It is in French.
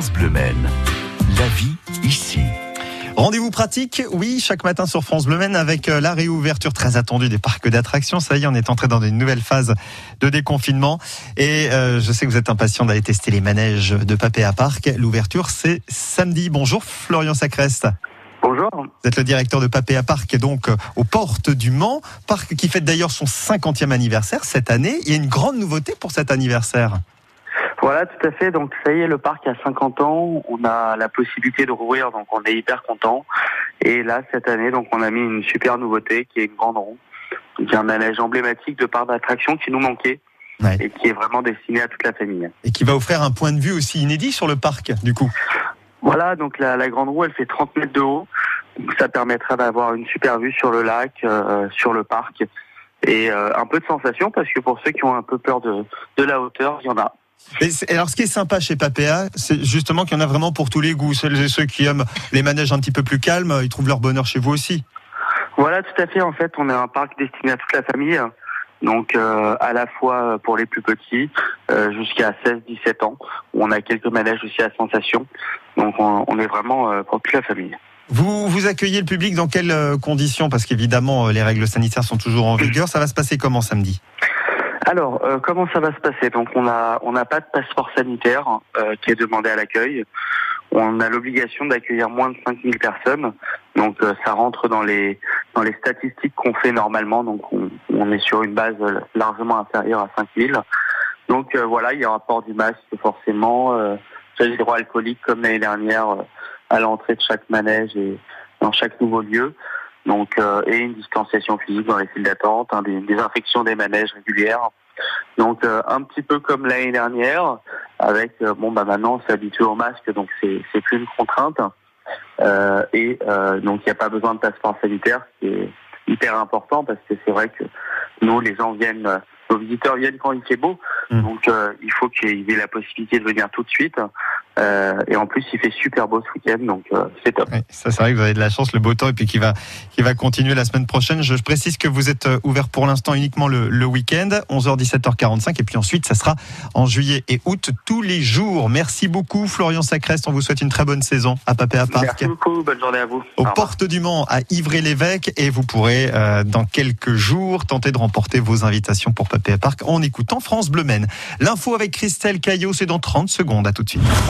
France Bleu Maine. La vie ici. Rendez-vous pratique, oui, chaque matin sur France Bleu Maine avec la réouverture très attendue des parcs d'attractions. Ça y est, on est entré dans une nouvelle phase de déconfinement. Et je sais que vous êtes impatient d'aller tester les manèges de Papéa Park. L'ouverture, c'est samedi. Bonjour Florian Sacrest. Bonjour. Vous êtes le directeur de Papéa Park, donc aux portes du Mans. Parc qui fête d'ailleurs son 50e anniversaire cette année. Il y a une grande nouveauté pour cet anniversaire. Voilà, tout à fait. Donc, ça y est, le parc a 50 ans. On a la possibilité de rouvrir, donc on est hyper content. Et là, cette année, donc, on a mis une super nouveauté qui est une grande roue. Donc, un manège emblématique de parc d'attraction qui nous manquait. Ouais. Et qui est vraiment destiné à toute la famille. Et qui va offrir un point de vue aussi inédit sur le parc, du coup. Voilà, donc la grande roue, elle fait 30 mètres de haut. Donc, ça permettra d'avoir une super vue sur le lac, sur le parc. Et un peu de sensation, parce que pour ceux qui ont un peu peur de la hauteur, il y en a. Et alors, ce qui est sympa chez Papéa, c'est justement qu'il y en a vraiment pour tous les goûts. Celles et ceux qui aiment les manèges un petit peu plus calmes, ils trouvent leur bonheur chez vous aussi. Voilà, tout à fait. En fait, on est un parc destiné à toute la famille. Donc, à la fois pour les plus petits, jusqu'à 16-17 ans. Où on a quelques manèges aussi à sensation. Donc, on est vraiment pour toute la famille. Vous accueillez le public dans quelles conditions ? Parce qu'évidemment, les règles sanitaires sont toujours en vigueur. Ça va se passer comment samedi ? Alors, comment ça va se passer ? Donc, on n'a pas de passeport sanitaire qui est demandé à l'accueil. On a l'obligation d'accueillir moins de 5000 personnes. Donc, ça rentre dans les statistiques qu'on fait normalement. Donc, on est sur une base largement inférieure à 5000. Donc, voilà, il y a un port du masque forcément. Gel hydroalcoolique comme l'année dernière à l'entrée de chaque manège et dans chaque nouveau lieu. Donc, et une distanciation physique dans les files d'attente, des désinfections des manèges régulières. Donc, un petit peu comme l'année dernière, avec maintenant on s'est habitué au masque, donc c'est plus une contrainte. Donc il n'y a pas besoin de passeport sanitaire, ce qui est hyper important parce que c'est vrai que nous, les gens viennent, nos visiteurs viennent quand il fait beau. Donc il faut qu'ils aient la possibilité de venir tout de suite. Et en plus, il fait super beau ce week-end, donc c'est top. Oui, ça, c'est vrai que vous avez de la chance, le beau temps, et puis qui va continuer la semaine prochaine. Je précise que vous êtes ouvert pour l'instant uniquement le week-end, 11h, 17h45, et puis ensuite, ça sera en juillet et août, tous les jours. Merci beaucoup, Florian Sacrest. On vous souhaite une très bonne saison à Papéa Park. Merci beaucoup, bonne journée à vous. Aux portes du Mans, à Ivry-l'Évêque, et vous pourrez, dans quelques jours, tenter de remporter vos invitations pour Papéa Park en écoutant France Bleu Maine. L'info avec Christelle Caillot, c'est dans 30 secondes. À tout de suite.